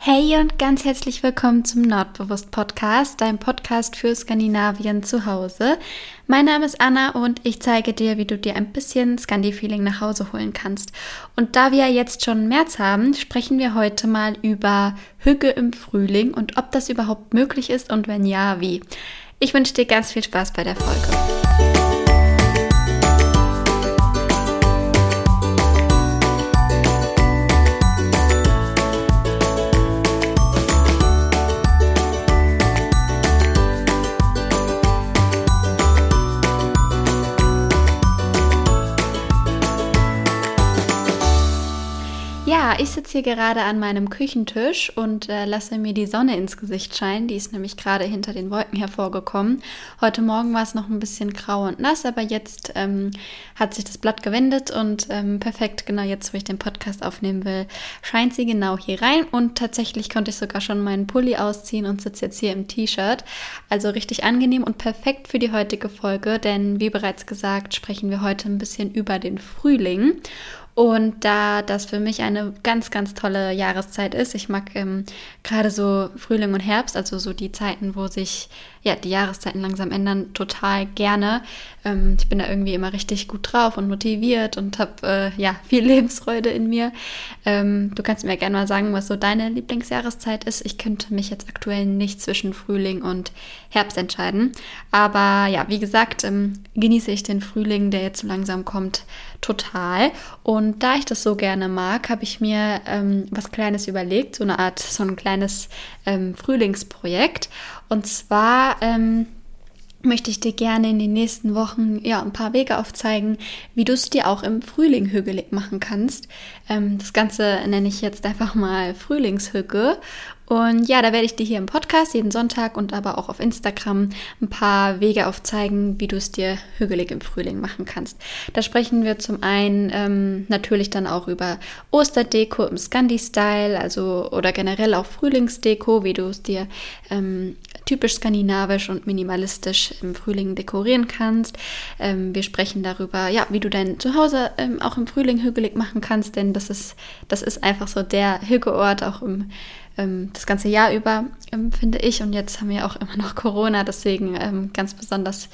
Hey und ganz herzlich willkommen zum Nordbewusst-Podcast, dein Podcast für Skandinavien zu Hause. Mein Name ist Anna und ich zeige dir, wie du dir ein bisschen Scandi-Feeling nach Hause holen kannst. Und da wir jetzt schon März haben, sprechen wir heute mal über Hygge im Frühling und ob das überhaupt möglich ist und wenn ja, wie. Ich wünsche dir ganz viel Spaß bei der Folge. Ja, ich sitze hier gerade an meinem Küchentisch und lasse mir die Sonne ins Gesicht scheinen. Die ist nämlich gerade hinter den Wolken hervorgekommen. Heute Morgen war es noch ein bisschen grau und nass, aber jetzt hat sich das Blatt gewendet und perfekt, genau jetzt, wo ich den Podcast aufnehmen will, scheint sie genau hier rein. Und tatsächlich konnte ich sogar schon meinen Pulli ausziehen und sitze jetzt hier im T-Shirt. Also richtig angenehm und perfekt für die heutige Folge, denn wie bereits gesagt, sprechen wir heute ein bisschen über den Frühling. Und da das für mich eine ganz, ganz tolle Jahreszeit ist, ich mag gerade so Frühling und Herbst, also so die Zeiten, wo sich die Jahreszeiten langsam ändern, total gerne. Ich bin da irgendwie immer richtig gut drauf und motiviert und habe viel Lebensfreude in mir. Du kannst mir gerne mal sagen, was so deine Lieblingsjahreszeit ist. Ich könnte mich jetzt aktuell nicht zwischen Frühling und Herbst entscheiden. Aber ja, wie gesagt, genieße ich den Frühling, der jetzt so langsam kommt, total. Und da ich das so gerne mag, habe ich mir was Kleines überlegt, so ein kleines Frühlingsprojekt. Und zwar möchte ich dir gerne in den nächsten Wochen ein paar Wege aufzeigen, wie du es dir auch im Frühling hügelig machen kannst. Das Ganze nenne ich jetzt einfach mal Frühlingshügge. Und ja, da werde ich dir hier im Podcast jeden Sonntag und aber auch auf Instagram ein paar Wege aufzeigen, wie du es dir hügelig im Frühling machen kannst. Da sprechen wir zum einen natürlich dann auch über Osterdeko im Scandi-Style, also oder generell auch Frühlingsdeko, wie du es dir typisch skandinavisch und minimalistisch im Frühling dekorieren kannst. Wir sprechen darüber, wie du dein Zuhause auch im Frühling hügelig machen kannst, denn das ist einfach so der Hügeort auch das ganze Jahr über, finde ich. Und jetzt haben wir auch immer noch Corona, deswegen ganz besonders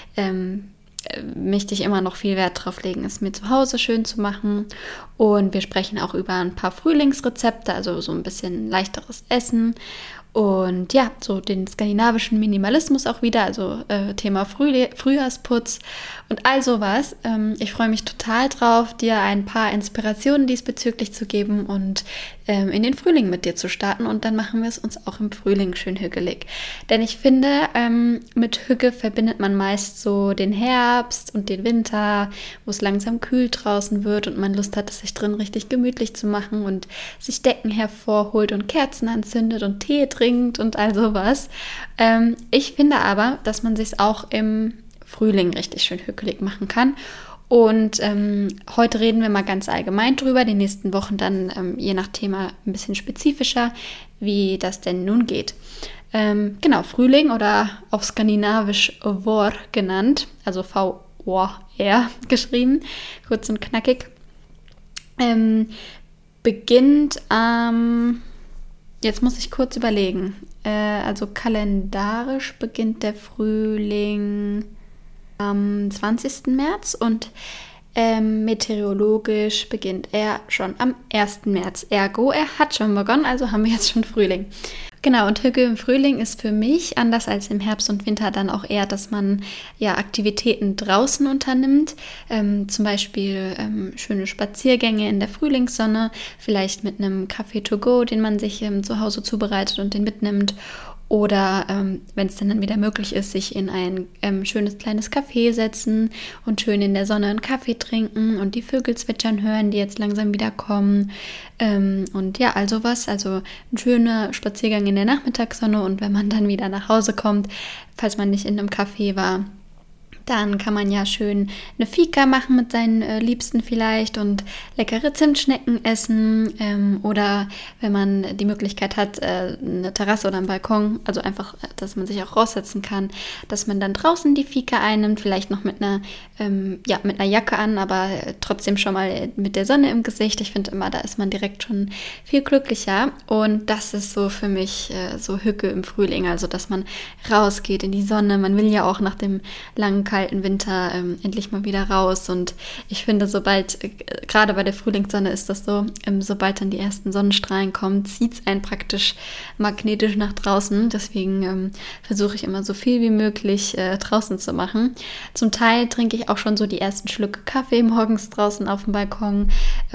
möchte ich immer noch viel Wert drauf legen, es mir zu Hause schön zu machen. Und wir sprechen auch über ein paar Frühlingsrezepte, also so ein bisschen leichteres Essen. Und ja, so den skandinavischen Minimalismus auch wieder, also Thema Frühjahrsputz und all sowas. Ich freue mich total drauf, dir ein paar Inspirationen diesbezüglich zu geben und in den Frühling mit dir zu starten. Und dann machen wir es uns auch im Frühling schön hügelig. Denn ich finde, mit Hügge verbindet man meist so den Herbst und den Winter, wo es langsam kühl draußen wird und man Lust hat, es sich drin richtig gemütlich zu machen und sich Decken hervorholt und Kerzen anzündet und Tee trinkt und all sowas. Ich finde aber, dass man sich es auch im Frühling richtig schön hügelig machen kann. Und heute reden wir mal ganz allgemein drüber, die nächsten Wochen dann je nach Thema ein bisschen spezifischer, wie das denn nun geht. Genau, Frühling oder auch skandinavisch Vår genannt, also V-O-R geschrieben, kurz und knackig, beginnt jetzt muss ich kurz überlegen, also kalendarisch beginnt der Frühling am 20. März und meteorologisch beginnt er schon am 1. März. Ergo, er hat schon begonnen, also haben wir jetzt schon Frühling. Genau, und Hügge im Frühling ist für mich, anders als im Herbst und Winter, dann auch eher, dass man Aktivitäten draußen unternimmt. Zum Beispiel schöne Spaziergänge in der Frühlingssonne, vielleicht mit einem Kaffee to go, den man sich zu Hause zubereitet und den mitnimmt. Oder wenn es dann wieder möglich ist, sich in ein schönes kleines Café setzen und schön in der Sonne einen Kaffee trinken und die Vögel zwitschern hören, die jetzt langsam wieder kommen. Und ja, all sowas. Also ein schöner Spaziergang in der Nachmittagssonne und wenn man dann wieder nach Hause kommt, falls man nicht in einem Café war, Dann kann man ja schön eine Fika machen mit seinen Liebsten vielleicht und leckere Zimtschnecken essen. Oder wenn man die Möglichkeit hat, eine Terrasse oder einen Balkon, also einfach, dass man sich auch raussetzen kann, dass man dann draußen die Fika einnimmt, vielleicht noch mit einer Jacke an, aber trotzdem schon mal mit der Sonne im Gesicht. Ich finde immer, da ist man direkt schon viel glücklicher. Und das ist so für mich so Hücke im Frühling, also dass man rausgeht in die Sonne. Man will ja auch nach dem langen kalten Winter endlich mal wieder raus, und ich finde, sobald, gerade bei der Frühlingssonne ist das so, sobald dann die ersten Sonnenstrahlen kommen, zieht es einen praktisch magnetisch nach draußen. Deswegen versuche ich immer so viel wie möglich draußen zu machen. Zum Teil trinke ich auch schon so die ersten Schlücke Kaffee morgens draußen auf dem Balkon,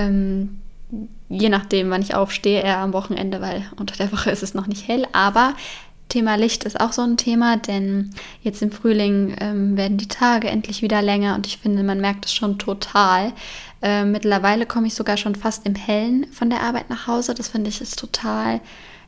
je nachdem, wann ich aufstehe, eher am Wochenende, weil unter der Woche ist es noch nicht hell, aber Thema Licht ist auch so ein Thema, denn jetzt im Frühling werden die Tage endlich wieder länger, und ich finde, man merkt es schon total. Mittlerweile komme ich sogar schon fast im Hellen von der Arbeit nach Hause. Das finde ich ist total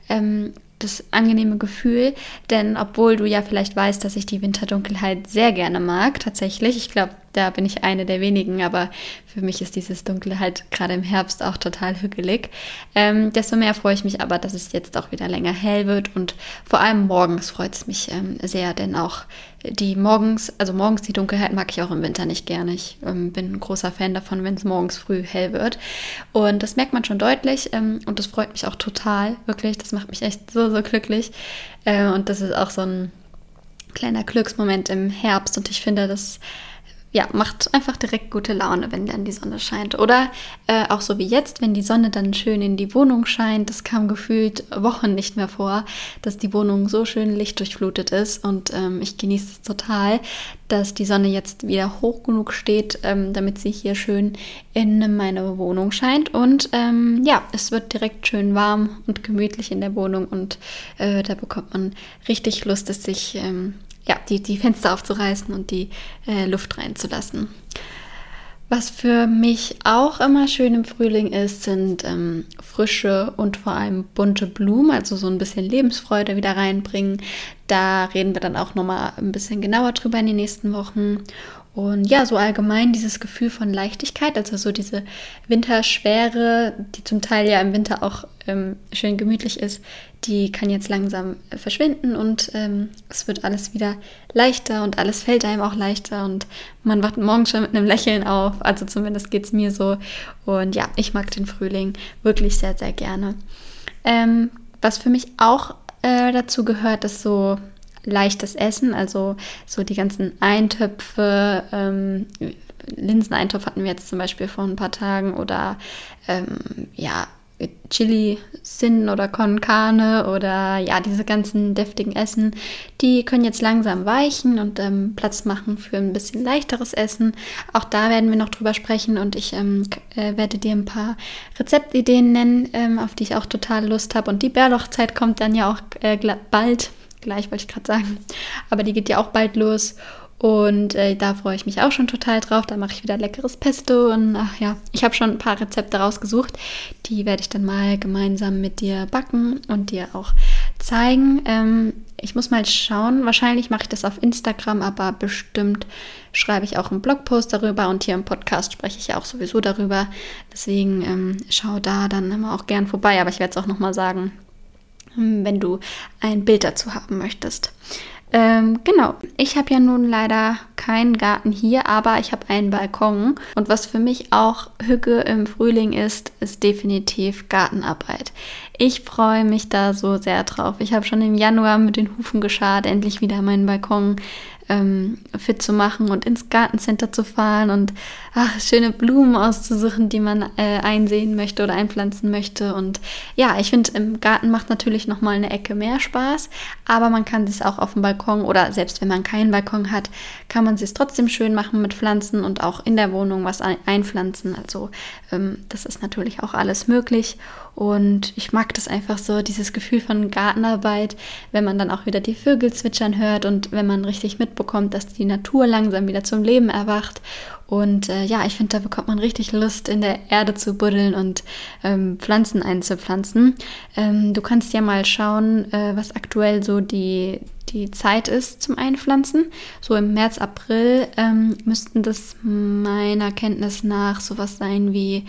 das angenehme Gefühl, denn obwohl du ja vielleicht weißt, dass ich die Winterdunkelheit sehr gerne mag, tatsächlich, ich glaube, da bin ich eine der wenigen, aber für mich ist dieses Dunkle halt gerade im Herbst auch total hügelig. Desto mehr freue ich mich aber, dass es jetzt auch wieder länger hell wird, und vor allem morgens freut es mich sehr, denn auch morgens die Dunkelheit mag ich auch im Winter nicht gerne. Ich bin ein großer Fan davon, wenn es morgens früh hell wird, und das merkt man schon deutlich, und das freut mich auch total, wirklich, das macht mich echt so, so glücklich, und das ist auch so ein kleiner Glücksmoment im Herbst, und ich finde, das macht einfach direkt gute Laune, wenn dann die Sonne scheint. Oder auch so wie jetzt, wenn die Sonne dann schön in die Wohnung scheint. Das kam gefühlt Wochen nicht mehr vor, dass die Wohnung so schön lichtdurchflutet ist. Und ich genieße es total, dass die Sonne jetzt wieder hoch genug steht, damit sie hier schön in meine Wohnung scheint. Und es wird direkt schön warm und gemütlich in der Wohnung. Und da bekommt man richtig Lust, es sich die Fenster aufzureißen und die Luft reinzulassen. Was für mich auch immer schön im Frühling ist, sind frische und vor allem bunte Blumen, also so ein bisschen Lebensfreude wieder reinbringen. Da reden wir dann auch nochmal ein bisschen genauer drüber in den nächsten Wochen. Und ja, so allgemein dieses Gefühl von Leichtigkeit, also so diese Winterschwere, die zum Teil ja im Winter auch schön gemütlich ist, die kann jetzt langsam verschwinden, und es wird alles wieder leichter und alles fällt einem auch leichter, und man wacht morgens schon mit einem Lächeln auf, also zumindest geht es mir so. Und ja, ich mag den Frühling wirklich sehr, sehr gerne. Was für mich auch dazu gehört, ist so leichtes Essen, also so die ganzen Eintöpfe, Linseneintopf hatten wir jetzt zum Beispiel vor ein paar Tagen, oder Chili Sin oder Con Carne, oder diese ganzen deftigen Essen, die können jetzt langsam weichen und Platz machen für ein bisschen leichteres Essen. Auch da werden wir noch drüber sprechen, und ich werde dir ein paar Rezeptideen nennen, auf die ich auch total Lust habe, und die Bärlauchzeit kommt dann ja auch bald. Gleich wollte ich gerade sagen, aber die geht ja auch bald los, und da freue ich mich auch schon total drauf. Da mache ich wieder leckeres Pesto, und ich habe schon ein paar Rezepte rausgesucht, die werde ich dann mal gemeinsam mit dir backen und dir auch zeigen. Ich muss mal schauen, wahrscheinlich mache ich das auf Instagram, aber bestimmt schreibe ich auch einen Blogpost darüber, und hier im Podcast spreche ich ja auch sowieso darüber, deswegen schau da dann immer auch gern vorbei, aber ich werde es auch nochmal sagen, wenn du ein Bild dazu haben möchtest. Genau, ich habe ja nun leider keinen Garten hier, aber ich habe einen Balkon, und was für mich auch Hücke im Frühling ist definitiv Gartenarbeit. Ich freue mich da so sehr drauf. Ich habe schon im Januar mit den Hufen geschart, endlich wieder meinen Balkon fit zu machen und ins Gartencenter zu fahren und schöne Blumen auszusuchen, die man einsehen möchte oder einpflanzen möchte. Und ja, ich finde, im Garten macht natürlich nochmal eine Ecke mehr Spaß, aber man kann es auch auf dem Balkon, oder selbst wenn man keinen Balkon hat, kann man es trotzdem schön machen mit Pflanzen und auch in der Wohnung was einpflanzen. Also das ist natürlich auch alles möglich, und ich mag das einfach so, dieses Gefühl von Gartenarbeit, wenn man dann auch wieder die Vögel zwitschern hört und wenn man richtig mitbekommt, dass die Natur langsam wieder zum Leben erwacht. Und ich finde, da bekommt man richtig Lust, in der Erde zu buddeln und Pflanzen einzupflanzen. Du kannst ja mal schauen, was aktuell so die die Zeit ist zum Einpflanzen. So im März, April müssten das meiner Kenntnis nach sowas sein wie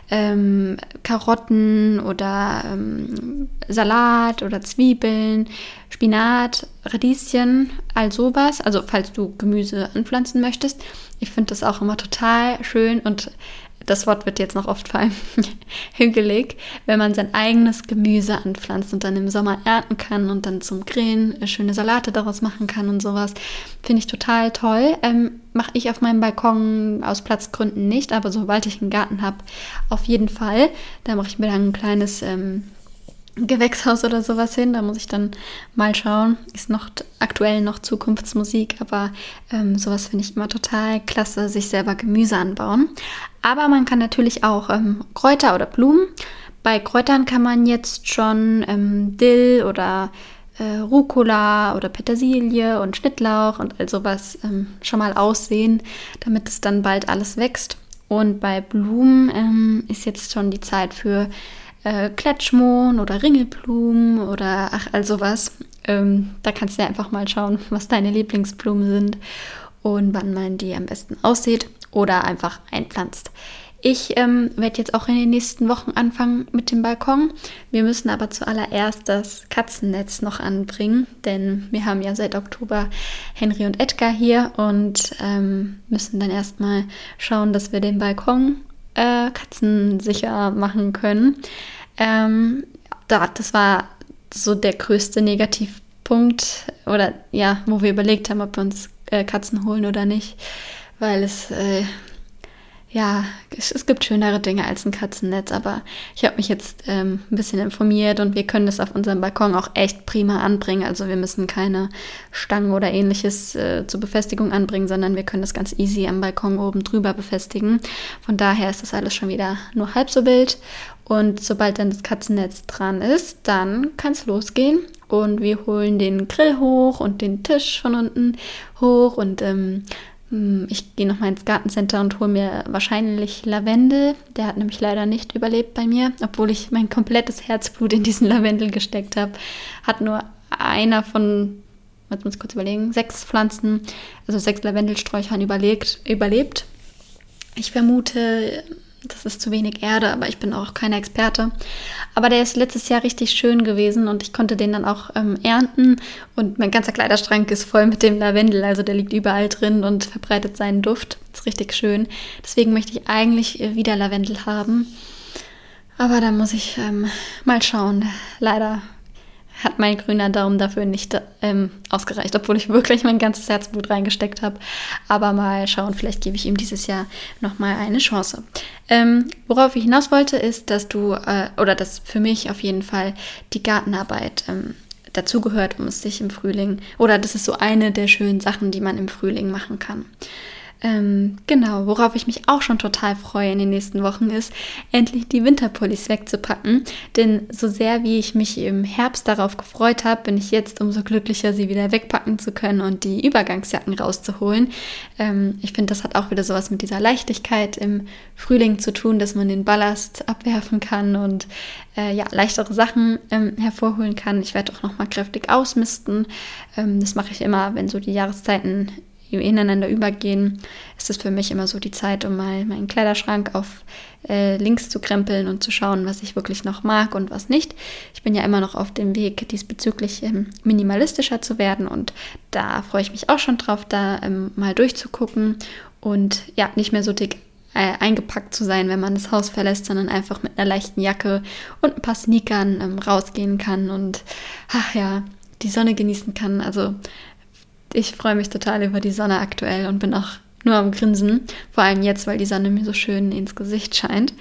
Karotten oder Salat oder Zwiebeln, Spinat, Radieschen, all sowas. Also falls du Gemüse anpflanzen möchtest. Ich finde das auch immer total schön und das Wort wird jetzt noch oft vor allem hügelig, wenn man sein eigenes Gemüse anpflanzt und dann im Sommer ernten kann und dann zum Grillen schöne Salate daraus machen kann und sowas. Finde ich total toll. Mache ich auf meinem Balkon aus Platzgründen nicht, aber sobald ich einen Garten habe, auf jeden Fall. Da mache ich mir dann ein kleines Gewächshaus oder sowas hin. Da muss ich dann mal schauen. Ist noch aktuell noch Zukunftsmusik, aber sowas finde ich immer total klasse, sich selber Gemüse anbauen. Aber man kann natürlich auch Kräuter oder Blumen. Bei Kräutern kann man jetzt schon Dill oder Rucola oder Petersilie und Schnittlauch und all sowas schon mal aussehen, damit es dann bald alles wächst. Und bei Blumen ist jetzt schon die Zeit für Kletschmohn oder Ringelblumen oder all sowas. Da kannst du ja einfach mal schauen, was deine Lieblingsblumen sind und wann man die am besten aussieht oder einfach einpflanzt. Ich werde jetzt auch in den nächsten Wochen anfangen mit dem Balkon. Wir müssen aber zuallererst das Katzennetz noch anbringen, denn wir haben ja seit Oktober Henry und Edgar hier und müssen dann erstmal schauen, dass wir den Balkon katzensicher machen können. Das war so der größte Negativpunkt oder ja, wo wir überlegt haben, ob wir uns Katzen holen oder nicht, weil es gibt schönere Dinge als ein Katzennetz, aber ich habe mich jetzt ein bisschen informiert und wir können das auf unserem Balkon auch echt prima anbringen. Also wir müssen keine Stangen oder ähnliches zur Befestigung anbringen, sondern wir können das ganz easy am Balkon oben drüber befestigen. Von daher ist das alles schon wieder nur halb so wild. Und sobald dann das Katzennetz dran ist, dann kann es losgehen. Und wir holen den Grill hoch und den Tisch von unten hoch und ich gehe nochmal ins Gartencenter und hole mir wahrscheinlich Lavendel. Der hat nämlich leider nicht überlebt bei mir, obwohl ich mein komplettes Herzblut in diesen Lavendel gesteckt habe. Hat nur einer von, ich muss kurz überlegen, 6 Pflanzen, also 6 Lavendelsträuchern überlebt. Ich vermute, das ist zu wenig Erde, aber ich bin auch keine Experte. Aber der ist letztes Jahr richtig schön gewesen und ich konnte den dann auch ernten. Und mein ganzer Kleiderschrank ist voll mit dem Lavendel, also der liegt überall drin und verbreitet seinen Duft. Das ist richtig schön. Deswegen möchte ich eigentlich wieder Lavendel haben. Aber da muss ich mal schauen. Leider hat mein grüner Daumen dafür nicht ausgereicht, obwohl ich wirklich mein ganzes Herzblut reingesteckt habe. Aber mal schauen, vielleicht gebe ich ihm dieses Jahr nochmal eine Chance. Worauf ich hinaus wollte, ist, dass dass für mich auf jeden Fall die Gartenarbeit dazugehört, um es sich im Frühling, oder das ist so eine der schönen Sachen, die man im Frühling machen kann. Genau, worauf ich mich auch schon total freue in den nächsten Wochen ist, endlich die Winterpullis wegzupacken. Denn so sehr wie ich mich im Herbst darauf gefreut habe, bin ich jetzt umso glücklicher, sie wieder wegpacken zu können und die Übergangsjacken rauszuholen. Ich finde, das hat auch wieder sowas mit dieser Leichtigkeit im Frühling zu tun, dass man den Ballast abwerfen kann und leichtere Sachen hervorholen kann. Ich werde auch nochmal kräftig ausmisten. Das mache ich immer, wenn so die Jahreszeiten ineinander übergehen, ist es für mich immer so die Zeit, um mal meinen Kleiderschrank auf links zu krempeln und zu schauen, was ich wirklich noch mag und was nicht. Ich bin ja immer noch auf dem Weg, diesbezüglich minimalistischer zu werden und da freue ich mich auch schon drauf, da mal durchzugucken und ja, nicht mehr so dick eingepackt zu sein, wenn man das Haus verlässt, sondern einfach mit einer leichten Jacke und ein paar Sneakern rausgehen kann und die Sonne genießen kann. Also ich freue mich total über die Sonne aktuell und bin auch nur am Grinsen. Vor allem jetzt, weil die Sonne mir so schön ins Gesicht scheint.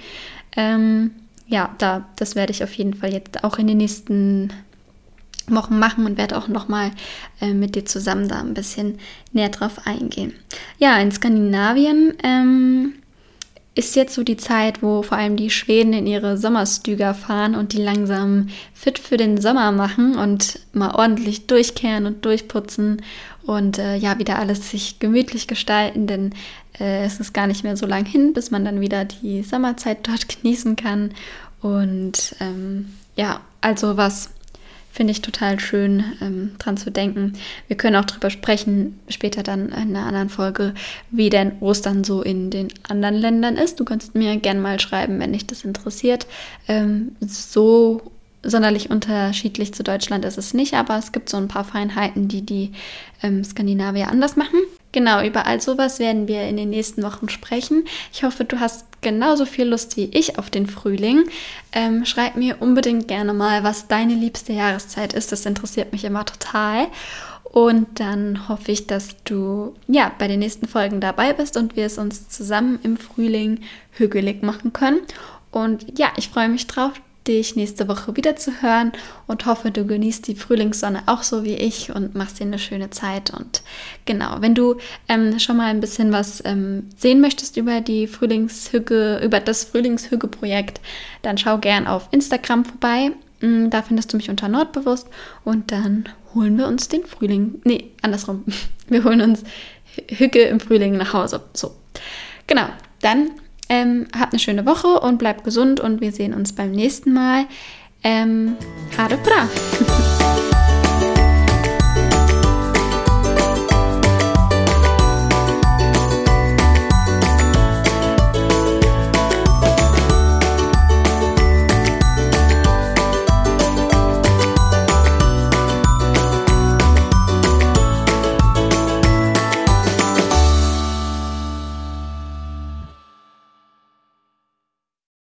Das werde ich auf jeden Fall jetzt auch in den nächsten Wochen machen und werde auch nochmal mit dir zusammen da ein bisschen näher drauf eingehen. Ja, in Skandinavien ist jetzt so die Zeit, wo vor allem die Schweden in ihre Sommerstüger fahren und die langsam fit für den Sommer machen und mal ordentlich durchkehren und durchputzen und wieder alles sich gemütlich gestalten, denn es ist gar nicht mehr so lang hin, bis man dann wieder die Sommerzeit dort genießen kann und also was finde ich total schön, dran zu denken. Wir können auch drüber sprechen, später dann in einer anderen Folge, wie denn Ostern so in den anderen Ländern ist. Du kannst mir gerne mal schreiben, wenn dich das interessiert. So sonderlich unterschiedlich zu Deutschland ist es nicht, aber es gibt so ein paar Feinheiten, die Skandinavier anders machen. Genau, über all sowas werden wir in den nächsten Wochen sprechen. Ich hoffe, du hast genauso viel Lust wie ich auf den Frühling. Schreib mir unbedingt gerne mal, was deine liebste Jahreszeit ist. Das interessiert mich immer total. Und dann hoffe ich, dass du bei den nächsten Folgen dabei bist und wir es uns zusammen im Frühling hügelig machen können. Und ja, ich freue mich drauf, dich nächste Woche wieder zu hören und hoffe, du genießt die Frühlingssonne auch so wie ich und machst dir eine schöne Zeit. Und genau, wenn du schon mal ein bisschen was sehen möchtest über die über das Frühlingshüge-Projekt, dann schau gern auf Instagram vorbei. Da findest du mich unter Nordbewusst und dann holen wir uns den Frühling, andersrum, wir holen uns Hüge im Frühling nach Hause. So, genau, dann habt eine schöne Woche und bleibt gesund und wir sehen uns beim nächsten Mal. Ha det bra!